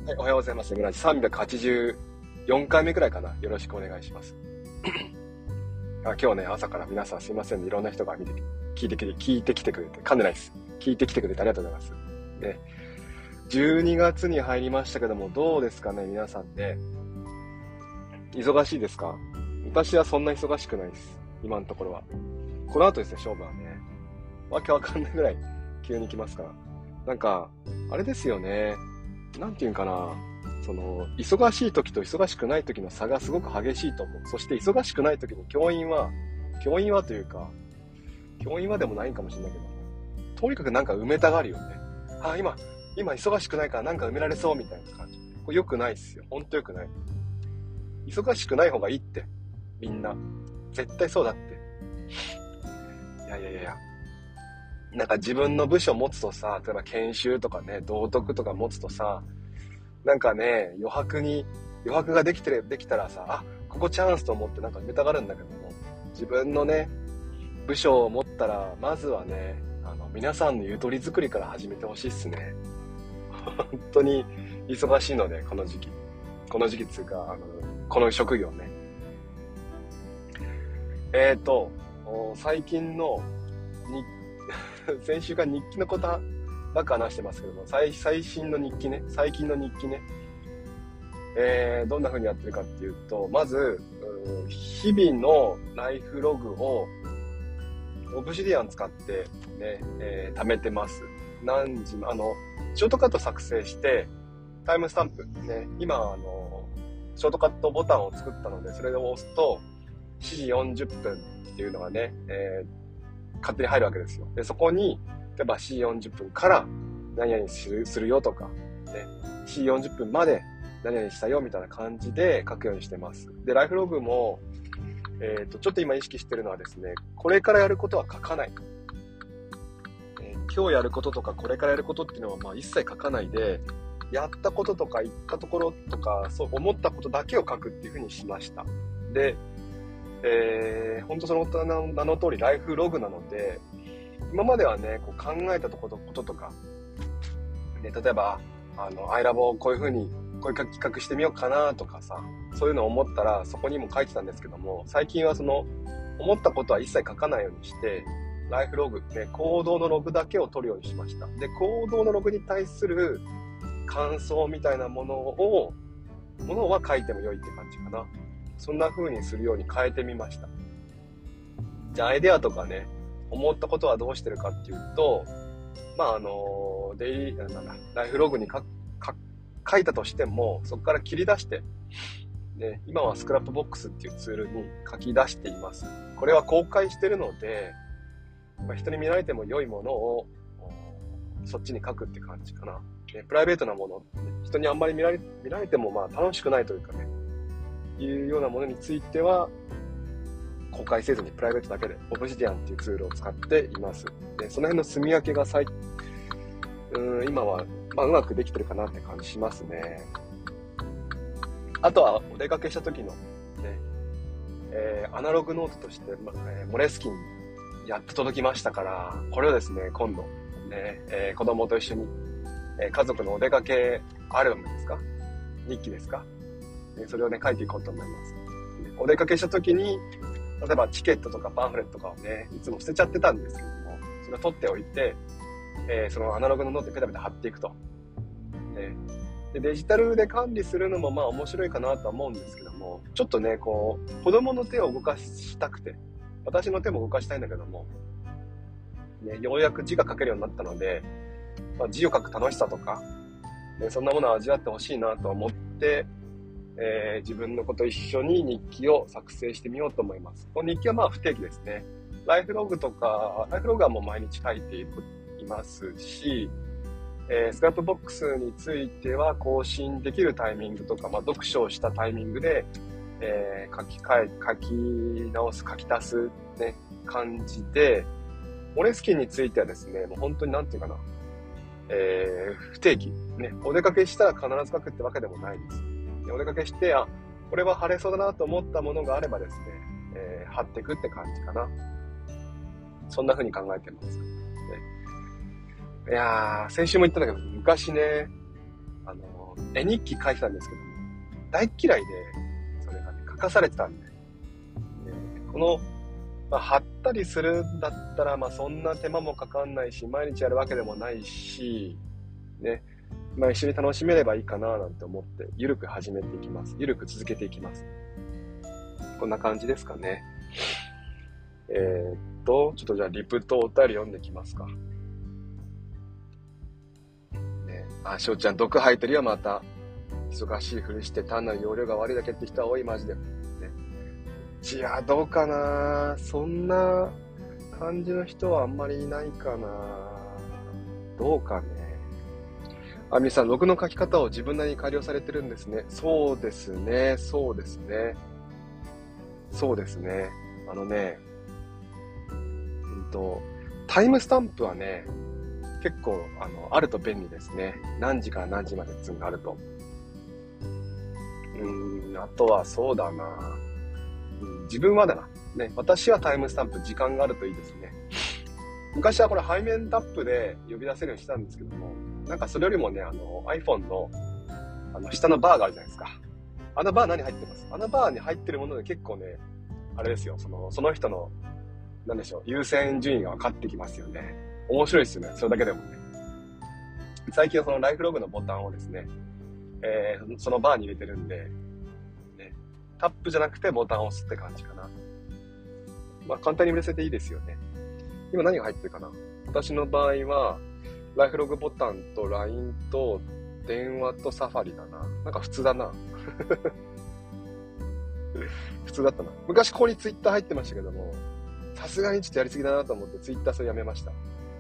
はい、おはようございます。村地384回目くらいかな。よろしくお願いします。今日ね、朝から皆さんすいませんね。いろんな人が聞いてきてくれて、噛んでないです。聞いてきてくれてありがとうございます。ね、12月に入りましたけども、どうですかね、皆さんね。忙しいですか？私はそんな忙しくないです。今のところは。この後ですね、勝負はね。わけわかんないぐらい急に来ますから。なんか、あれですよね。なんていうんかな。忙しい時と忙しくない時の差がすごく激しいと思う。そして忙しくない時に教員はというか、教員はでもないんかもしれないけど、とにかくなんか埋めたがるよね。今忙しくないからなんか埋められそうみたいな感じ。これ良くないっすよ。ほんと良くない。忙しくない方がいいって。みんな。絶対そうだって。いや。なんか自分の部署持つとさ、例えば研修とかね、道徳とか持つとさ、なんかね、余白ができたらさ、ここチャンスと思ってなんか埋めたがるんだけども、自分のね、部署を持ったら、まずはね、皆さんのゆとり作りから始めてほしいっすね。本当に忙しいので、この時期っていうか、この職業ね。最近の先週から日記のことばっか話してますけども、最近の日記ね。どんな風にやってるかっていうと、まず、日々のライフログを、オブシディアン使ってね、貯めてます。ショートカット作成して、タイムスタンプね、今、ショートカットボタンを作ったので、それを押すと、7時40分っていうのがね、勝手に入るわけですよ。で、そこに、例えば 7時40分から何々するよとか、ね、7時40分まで何々したよみたいな感じで書くようにしてます。で、ライフログも、ちょっと今意識してるのはですね、これからやることは書かない。今日やることとかこれからやることっていうのは一切書かないで、やったこととか言ったところとか、そう思ったことだけを書くっていうふうにしました。で、本当その名の通りライフログなので、今まではね、こう考えたこととか、ね、例えば、アイラボをこういう企画してみようかなとかさ、そういうのを思ったらそこにも書いてたんですけども、最近は思ったことは一切書かないようにして、ライフログ、ね、行動のログだけを取るようにしました。で、行動のログに対する感想みたいなものは書いても良いって感じかな。そんな風にするように変えてみました。じゃあアイデアとかね、思ったことはどうしてるかっていうと、ライフログに書いたとしても、そこから切り出して、ね、今はスクラップボックスっていうツールに書き出しています。これは公開してるので、人に見られても良いものをそっちに書くって感じかな。プライベートなもの、人にあんまり見られても楽しくないというかね、いうようなものについては公開せずにプライベートだけでオブシディアンっていうツールを使っています。で、その辺の住み分けが今はうまくできてるかなって感じしますね。あとはお出かけした時の、ねアナログノートとして、モレスキンやっと届きましたから、これをですね、今度、ね子供と一緒に、家族のお出かけアルバムですか、日記ですか、それをね、書いていこうと思います。お出かけした時に、例えばチケットとかパンフレットとかをね、いつも捨てちゃってたんですけども、それを取っておいて、そのアナログのノートでペタペタ貼っていくと。で、デジタルで管理するのも面白いかなとは思うんですけども、ちょっとね、こう、子供の手を動かしたくて、私の手も動かしたいんだけども、ね、ようやく字が書けるようになったので、字を書く楽しさとか、ね、そんなものを味わってほしいなと思って、自分の子と一緒に日記を作成してみようと思います。この日記は不定期ですね。ライフログはもう毎日書いていますし、スクラップボックスについては更新できるタイミングとか、読書をしたタイミングで、書き直す、書き足す、ね、感じで、モレスキンについてはですね、もう本当になんていうかな、不定期、ね、お出かけしたら必ず書くってわけでもないです。お出かけして、これは晴れそうだなと思ったものがあればですね、貼っていくって感じかな。そんな風に考えてます。いやー、先週も言ったんだけど、昔ね、 絵日記書いてたんですけども、大嫌いで、それがね、書かされてたんで、この、貼ったりするんだったら、そんな手間もかかんないし、毎日やるわけでもないし、ね、一緒に楽しめればいいかななんて思って、ゆるく始めていきます。ゆるく続けていきます。こんな感じですかね。ちょっとじゃあリプとお便り読んできますか。ね、しょうちゃん、毒吐いてるよ、また。忙しいふりして単なる容量が悪いだけって人は多い、マジで。ね、いや、どうかな。そんな感じの人はあんまりいないかな。どうかね。あみさん、ログの書き方を自分なりに改良されてるんですね。そうですね。そうですね。そうですね。タイムスタンプはね、結構、あると便利ですね。何時から何時までっていうのがあると。あとはそうだな。自分はだな。ね、私はタイムスタンプ、時間があるといいですね。昔はこれ背面タップで呼び出せるようにしてたんですけども、なんかそれよりもね、iPhone の、下のバーがあるじゃないですか。あのバー何入ってます？あのバーに入ってるもので結構ね、あれですよ、その人の、なんでしょう、優先順位が分かってきますよね。面白いですよね、それだけでもね。最近はそのライフログのボタンをですね、そのバーに入れてるんで、ね、タップじゃなくてボタンを押すって感じかな。簡単に売れせていいですよね。今何が入ってるかな？私の場合は、ライフログボタンと LINE と電話とサファリだな。なんか普通だな。普通だったな。昔ここに Twitter 入ってましたけども、さすがにちょっとやりすぎだなと思って Twitter それやめました。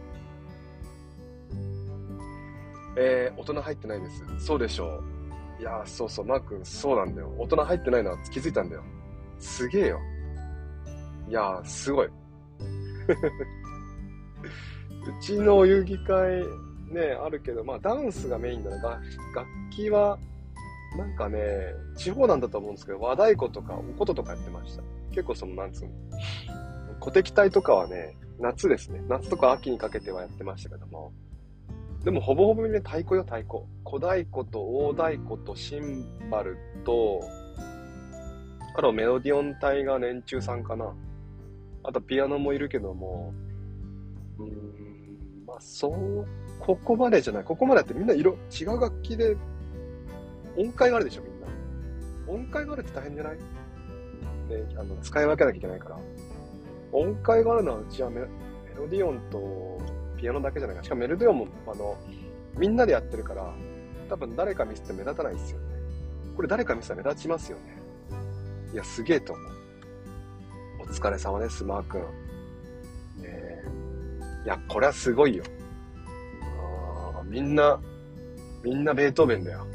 大人入ってないです。そうでしょう。いやー、そうそう、マー君、そうなんだよ。大人入ってないのは気づいたんだよ。すげえよ。いやー、すごい。うちのお遊戯会ね、あるけど、ダンスがメインだな。楽器は、なんかね、地方なんだと思うんですけど、和太鼓とかお琴とかやってました。結構なんつうの、鼓笛隊とかはね、夏ですね。夏とか秋にかけてはやってましたけども、でもほぼほぼみんな太鼓よ、太鼓。小太鼓と大太鼓とシンバルと、あとメロディオン隊が年中さんかな。あとピアノもいるけども、ここまでじゃない。ここまでってみんな違う楽器で、音階があるでしょ、みんな。音階があるって大変じゃない？ね、使い分けなきゃいけないから。音階があるのはうちはメロディオンとピアノだけじゃないか。しかもメロディオンも、みんなでやってるから、多分誰かミスって目立たないですよね。これ誰かミスったら目立ちますよね。いや、すげえと思う。お疲れ様です、マー君。いや、これはすごいよ。みんなベートーベンだよ。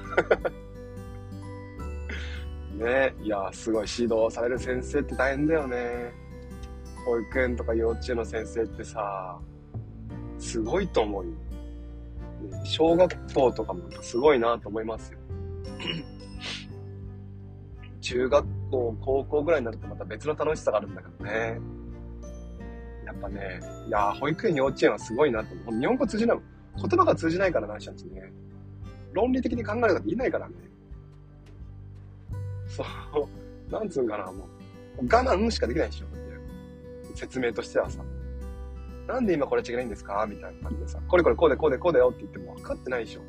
ね、いや、すごい指導される先生って大変だよね。保育園とか幼稚園の先生ってさ、すごいと思うよ。小学校とかもすごいなと思いますよ。中学校、高校ぐらいになるとまた別の楽しさがあるんだけどね。やっぱね、いや、保育園、幼稚園はすごいなと思う。日本語通じないもん。言葉が通じないからな、私たちね。論理的に考えることできないからね。そう、なんつうんかな、もう。我慢しかできないでしょ。説明としてはさ。なんで今これ違いないんですかみたいな感じでさ。これこうだよって言っても分かってないでしょ。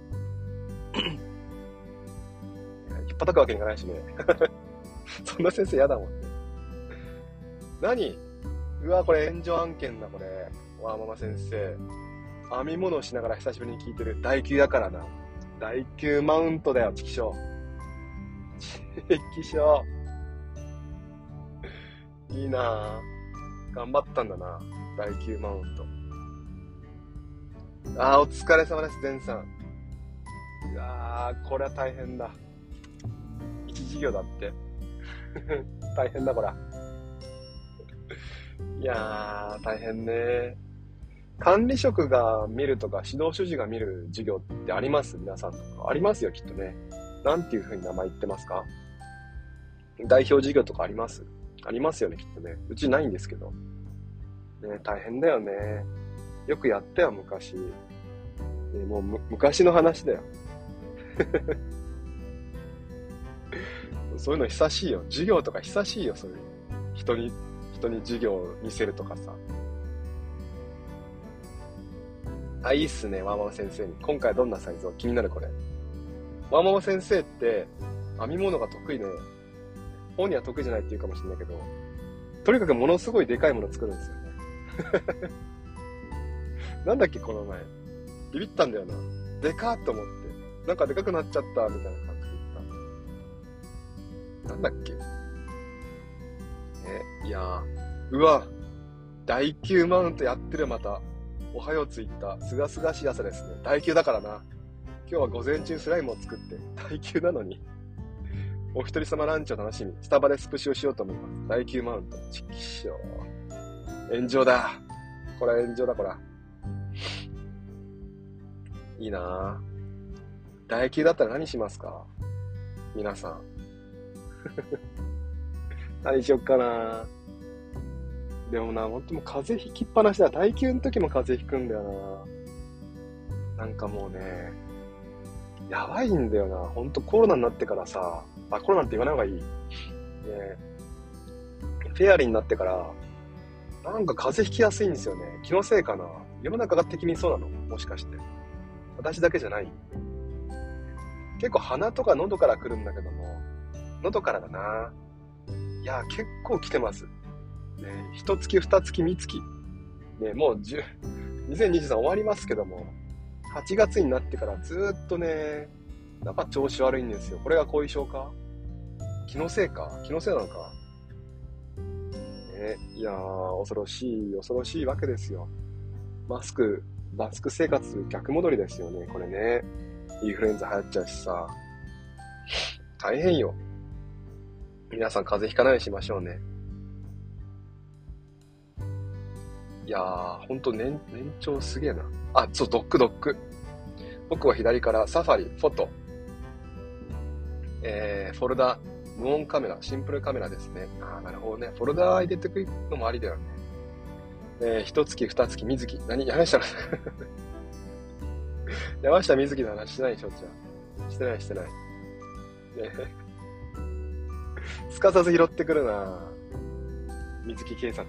引っ叩くわけにいかないしね。そんな先生嫌だもんね。何？うわ、これ炎上案件だ、これ。わーママ先生。編み物をしながら久しぶりに聞いてる。第9だからな。第9マウントだよ、チキショー。チキショー。いいなぁ。頑張ったんだな。第9マウント。お疲れ様です、ゼンさん。うわー、これは大変だ。一事業だって。大変だ、こら。いやー、大変ね。管理職が見るとか、指導主事が見る授業ってあります？皆さんとか。ありますよ、きっとね。なんていう風に名前言ってますか？代表授業とかあります？ありますよね、きっとね。うちないんですけど。ね、大変だよね。よくやったよ、昔。ね、もう昔の話だよ。 そういうの久しいよ。授業とか久しいよ、そういう。人に授業を見せるとかさ。あ、いいっすね、ワーママ先生に。今回どんなサイズを気になるこれ。ワーママ先生って、編み物が得意ね。本には得意じゃないって言うかもしれないけど、とにかくものすごいでかいもの作るんですよね。なんだっけ、この前。ビビったんだよな。でかーっと思って。なんかでかくなっちゃった、みたいな感じで言った。なんだっけ。いやー、うわ、第9マウントやってるまた。おはようツイッター、すがすがしい朝ですね。第9だからな。今日は午前中スライムを作って、第9なのに。お一人様ランチを楽しみ、スタバでスプシをしようと思います。第9マウント。ちきしょう。炎上だ。これは炎上だ、こら。いいなぁ。第9だったら何しますか皆さん。何しよっかな。でもな、ほんともう風邪ひきっぱなしだ。第9の時も風邪ひくんだよな。なんかもうね、やばいんだよな。ほんとコロナになってからさ、コロナって言わない方がいい。ね、フェアリーになってから、なんか風邪ひきやすいんですよね。気のせいかな。世の中が的にそうなのもしかして。私だけじゃない。結構鼻とか喉から来るんだけども、喉からだな。いや、結構来てます。ね、1月、2月、3月。ね、もう2023終わりますけども、8月になってからずーっとね、なんか調子悪いんですよ。これが後遺症か？気のせいか？気のせいなのか？ね、いやー、恐ろしいわけですよ。マスク生活逆戻りですよね、これね。インフルエンザ流行っちゃうしさ。大変よ。皆さん風邪ひかないようにしましょうね。いやー、ほんと年長すげえな。あ、そう、ドック。僕は左からサファリ、フォト、フォルダ、無音カメラ、シンプルカメラですね。なるほどね。フォルダ入れてくのもありだよね。1月、2月、水木。山下の山下水木の話してないでしょ、じゃあ。してない。すかさず拾ってくるな水木警察。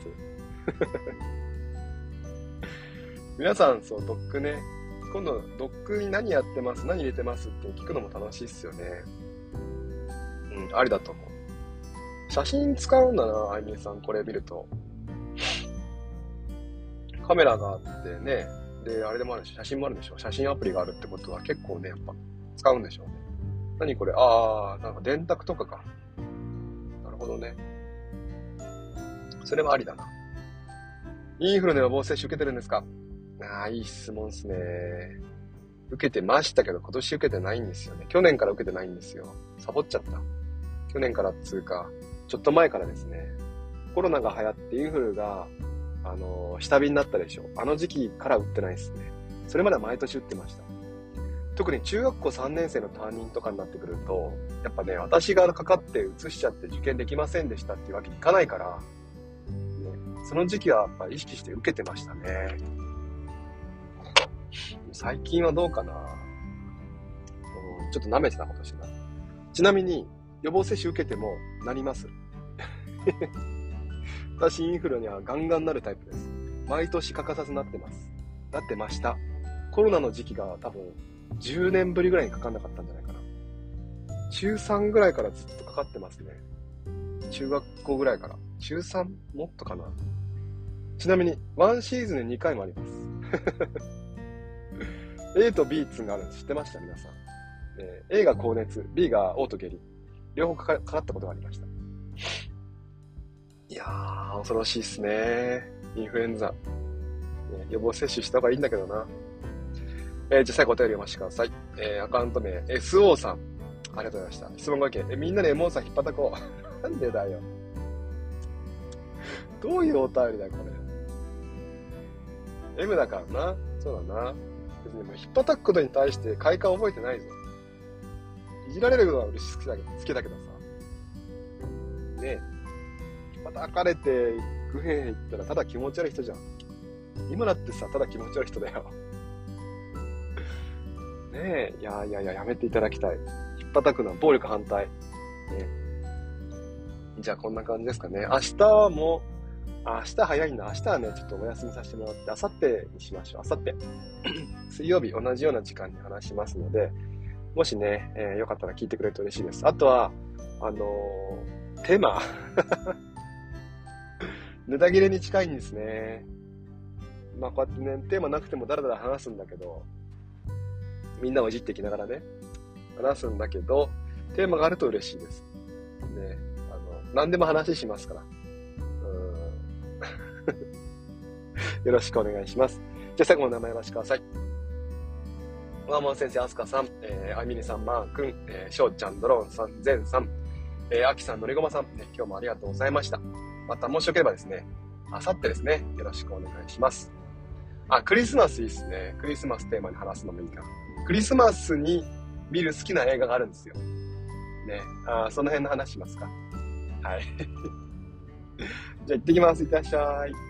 皆さん、そう、ドックね。今度、ドックに何やってます？何入れてますって聞くのも楽しいっすよね。ありだと思う。写真使うんだな、あいみさん、これ見ると。カメラがあってね、で、あれでもあるし、写真もあるでしょ。写真アプリがあるってことは結構ね、やっぱ使うんでしょうね。何これ？なんか電卓とかか。なるほどね。それもありだな。インフルの予防接種受けてるんですか？いい質問っすね。受けてましたけど、今年受けてないんですよね。去年から受けてないんですよ。サボっちゃった。去年からっつうか、ちょっと前からですね。コロナが流行ってインフルが、下火になったでしょ。あの時期から打ってないですね。それまでは毎年打ってました。特に中学校3年生の担任とかになってくると、やっぱね、私がかかって移しちゃって受験できませんでしたっていうわけにいかないから、ね、その時期はやっぱ意識して受けてましたね。最近はどうかな。ちょっと舐めてたことしな。ちなみに、予防接種受けてもなります。私インフルにはガンガンなるタイプです。毎年欠かさずなってます。なってました。コロナの時期が多分10年ぶりぐらいにかかんなかったんじゃないかな。中3ぐらいからずっとかかってますね。中学校ぐらいから。中 3? もっとかな。ちなみに1シーズンで2回もあります。A と B っていうのがあるの知ってました皆さん。A が高熱、B が嘔吐下痢。両方かかったことがありました。いやー、恐ろしいっすね。インフルエンザ。予防接種した方がいいんだけどな。じゃあ最後お便り読ませてください。アカウント名、SO さん。ありがとうございました。質問ご意見。みんなで MO さん引っ張たこう。なんでだよ。どういうお便りだよ、これ。M だからな。そうだな。別にもう引っ張たくことに対して快感覚えてないぞ。いじられるのは好きだけどさ。ねえ。引っ張たかれて、グヘ言ったらただ気持ち悪い人じゃん。今だってさ、ただ気持ち悪い人だよ。 ねえ、いや、やめていただきたい。ひっぱたくのは暴力反対。ね。じゃあこんな感じですかね。明日も、明日早いんだ。明日はね、ちょっとお休みさせてもらって、明後日にしましょう。明後日。水曜日同じような時間に話しますので、もしね、よかったら聞いてくれると嬉しいです。あとは、テーマ。ネタ切れに近いんですね。まあこうやってね、テーマなくてもだらだら話すんだけど、みんなをいじっていきながらね、話すんだけど、テーマがあると嬉しいです。ね、何でも話しますから。よろしくお願いします。じゃあ最後の名前を出してください。ワーモン先生、アスカさん、アミネさん、マー君、ショウちゃん、ドローンさん、ゼンさん、アキさん、のりごまさん、ね、今日もありがとうございました。また、もしよければですね、あさってですね、よろしくお願いします。クリスマスいいっすね。クリスマステーマに話すのもいいかな。クリスマスに見る好きな映画があるんですよ。ね、その辺の話しますか。はい。じゃあ行ってきます。いってらっしゃい。